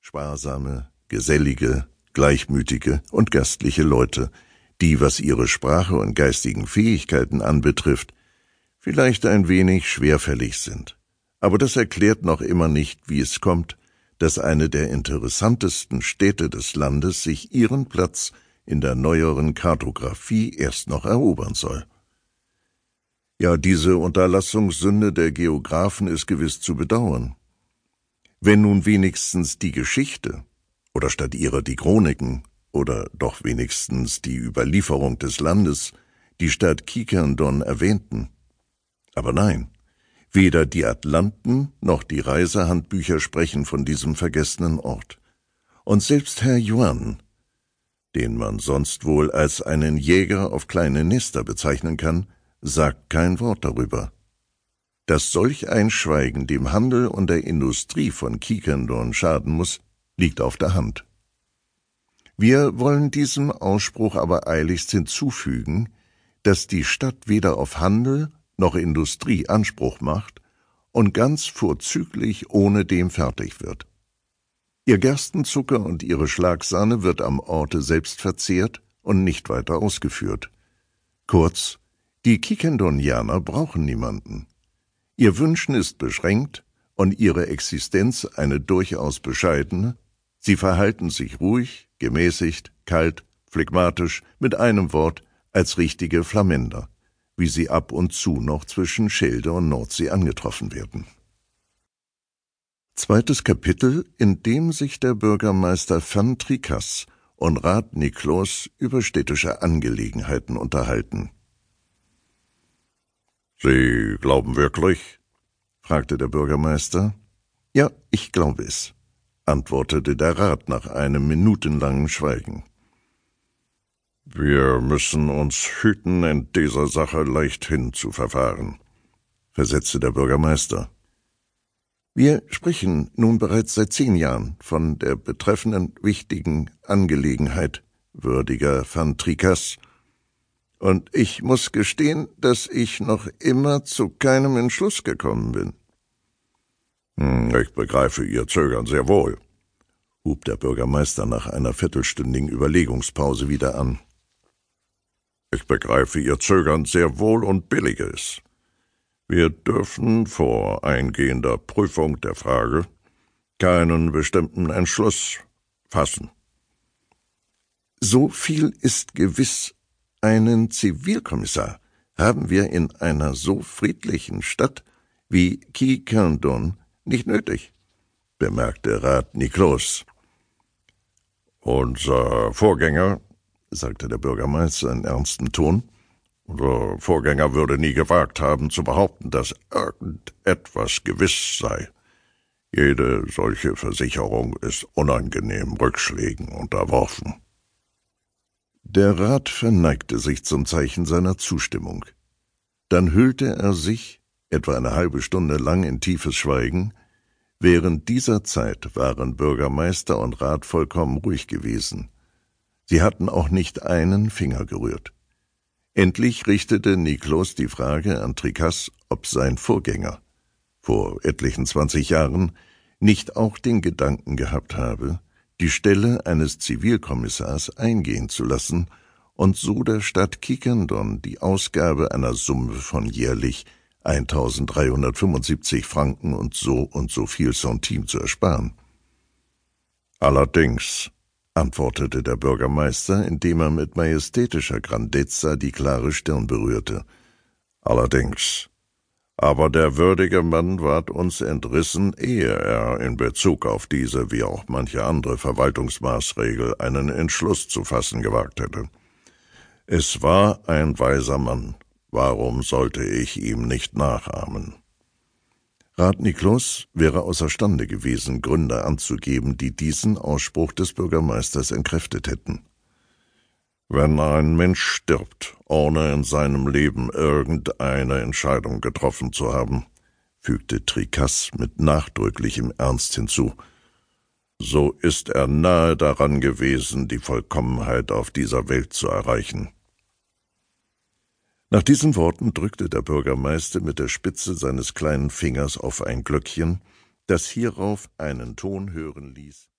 sparsame, gesellige, gleichmütige und gastliche Leute, die, was ihre Sprache und geistigen Fähigkeiten anbetrifft, vielleicht ein wenig schwerfällig sind. Aber das erklärt noch immer nicht, wie es kommt, dass eine der interessantesten Städte des Landes sich ihren Platz in der neueren Kartographie erst noch erobern soll. Ja, diese Unterlassungssünde der Geographen ist gewiss zu bedauern. Wenn nun wenigstens die Geschichte, oder statt ihrer die Chroniken, oder doch wenigstens die Überlieferung des Landes, die Stadt Quiquendone erwähnten. Aber nein, weder die Atlanten noch die Reisehandbücher sprechen von diesem vergessenen Ort. Und selbst Herr Juan, den man sonst wohl als einen Jäger auf kleine Nester bezeichnen kann, sagt kein Wort darüber. Dass solch ein Schweigen dem Handel und der Industrie von Quiquendone schaden muss, liegt auf der Hand. Wir wollen diesem Ausspruch aber eiligst hinzufügen, dass die Stadt weder auf Handel noch Industrie Anspruch macht und ganz vorzüglich ohne dem fertig wird. Ihr Gerstenzucker und ihre Schlagsahne wird am Orte selbst verzehrt und nicht weiter ausgeführt. Kurz, die Quiquendonianer brauchen niemanden. Ihr Wünschen ist beschränkt und ihre Existenz eine durchaus bescheidene. Sie verhalten sich ruhig, gemäßigt, kalt, phlegmatisch, mit einem Wort als richtige Flamänder, wie sie ab und zu noch zwischen Schelde und Nordsee angetroffen werden. Zweites Kapitel, in dem sich der Bürgermeister van Tricasse und Rat Niclausse über städtische Angelegenheiten unterhalten. »Sie glauben wirklich?« fragte der Bürgermeister. »Ja, ich glaube es«, antwortete der Rat nach einem minutenlangen Schweigen. »Wir müssen uns hüten, in dieser Sache leichthin zu verfahren«, versetzte der Bürgermeister. »Wir sprechen nun bereits seit 10 Jahren von der betreffenden wichtigen Angelegenheit, würdiger van Tricasse, und ich muss gestehen, dass ich noch immer zu keinem Entschluss gekommen bin.« »Ich begreife Ihr Zögern sehr wohl«, hub der Bürgermeister nach einer viertelstündigen Überlegungspause wieder an. »Ich begreife Ihr Zögern sehr wohl und billige es. Wir dürfen vor eingehender Prüfung der Frage keinen bestimmten Entschluss fassen.« »So viel ist gewiss, einen Zivilkommissar haben wir in einer so friedlichen Stadt wie Quiquendone nicht nötig«, bemerkte Rat Niclausse. »Unser Vorgänger«, sagte der Bürgermeister in ernstem Ton, »unser Vorgänger würde nie gewagt haben, zu behaupten, dass irgendetwas gewiss sei. Jede solche Versicherung ist unangenehm Rückschlägen unterworfen.« Der Rat verneigte sich zum Zeichen seiner Zustimmung. Dann hüllte er sich, etwa eine halbe Stunde lang, in tiefes Schweigen. Während dieser Zeit waren Bürgermeister und Rat vollkommen ruhig gewesen. Sie hatten auch nicht einen Finger gerührt. Endlich richtete Niclausse die Frage an Tricasse, ob sein Vorgänger, vor etlichen 20 Jahren, nicht auch den Gedanken gehabt habe, die Stelle eines Zivilkommissars eingehen zu lassen und so der Stadt Quiquendone die Ausgabe einer Summe von jährlich 1.375 Franken und so viel Centime zu ersparen. »Allerdings«, antwortete der Bürgermeister, indem er mit majestätischer Grandezza die klare Stirn berührte. »Allerdings. Aber der würdige Mann ward uns entrissen, ehe er in Bezug auf diese wie auch manche andere Verwaltungsmaßregel einen Entschluss zu fassen gewagt hätte. Es war ein weiser Mann. Warum sollte ich ihm nicht nachahmen?« Rat Niclausse wäre außerstande gewesen, Gründe anzugeben, die diesen Ausspruch des Bürgermeisters entkräftet hätten. »Wenn ein Mensch stirbt, ohne in seinem Leben irgendeine Entscheidung getroffen zu haben«, fügte Tricasse mit nachdrücklichem Ernst hinzu, »so ist er nahe daran gewesen, die Vollkommenheit auf dieser Welt zu erreichen.« Nach diesen Worten drückte der Bürgermeister mit der Spitze seines kleinen Fingers auf ein Glöckchen, das hierauf einen Ton hören ließ.